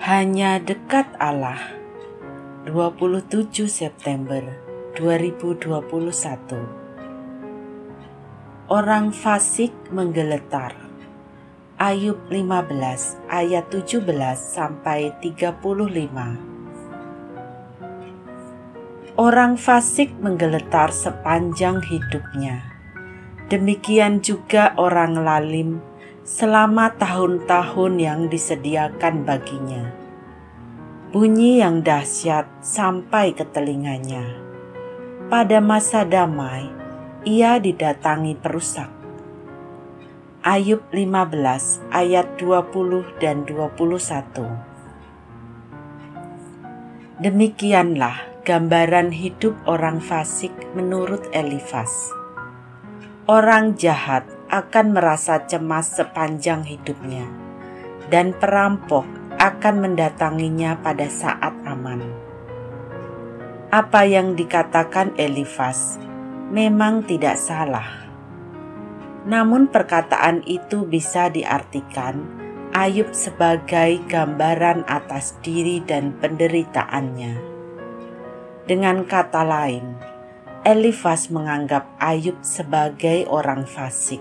Hanya dekat Allah. 27 September 2021. Orang fasik menggeletar. Ayub 15 ayat 17 sampai 35. Orang fasik menggeletar sepanjang hidupnya. Demikian juga orang lalim selama tahun-tahun yang disediakan baginya. Bunyi yang dahsyat sampai ke telinganya. Pada masa damai, ia didatangi perusak. Ayub 15 ayat 20 dan 21. Demikianlah gambaran hidup orang fasik menurut Elifas. Orang jahat akan merasa cemas sepanjang hidupnya, dan perampok akan mendatanginya pada saat aman. Apa yang dikatakan Elifas memang tidak salah. Namun perkataan itu bisa diartikan Ayub sebagai gambaran atas diri dan penderitaannya. Dengan kata lain, Elifas menganggap Ayub sebagai orang fasik.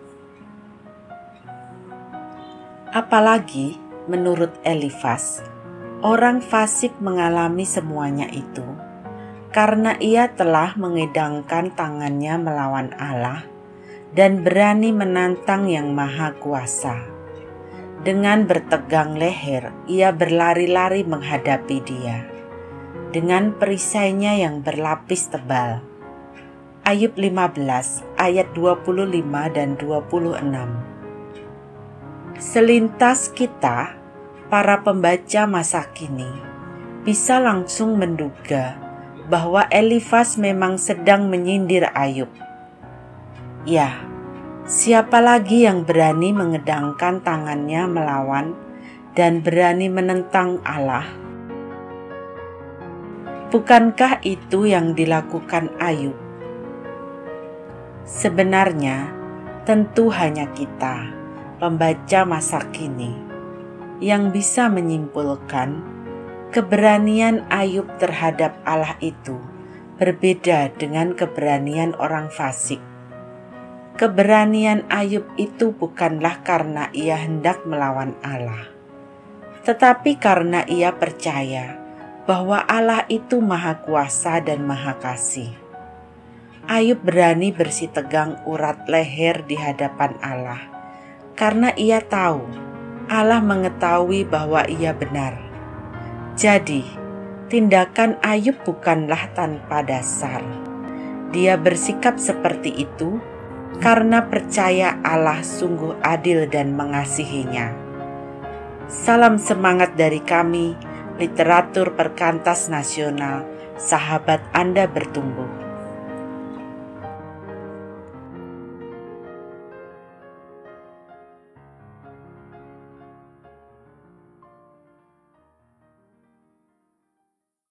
Apalagi menurut Elifas, orang fasik mengalami semuanya itu karena ia telah mengedangkan tangannya melawan Allah dan berani menantang Yang Maha Kuasa. Dengan bertegang leher, ia berlari-lari menghadapi Dia dengan perisainya yang berlapis tebal. Ayub 15 ayat 25 dan 26. Selintas kita, para pembaca masa kini, bisa langsung menduga bahwa Elifas memang sedang menyindir Ayub. Ya, siapa lagi yang berani mengedangkan tangannya melawan dan berani menentang Allah? Bukankah itu yang dilakukan Ayub? Sebenarnya, tentu hanya kita, pembaca masa kini, yang bisa menyimpulkan keberanian Ayub terhadap Allah itu berbeda dengan keberanian orang fasik. Keberanian Ayub itu bukanlah karena ia hendak melawan Allah, tetapi karena ia percaya bahwa Allah itu Maha Kuasa dan Maha Kasih. Ayub berani bersitegang urat leher di hadapan Allah, karena ia tahu Allah mengetahui bahwa ia benar. Jadi, tindakan Ayub bukanlah tanpa dasar. Dia bersikap seperti itu karena percaya Allah sungguh adil dan mengasihinya. Salam semangat dari kami, Literatur Perkantas Nasional, sahabat Anda bertumbuh.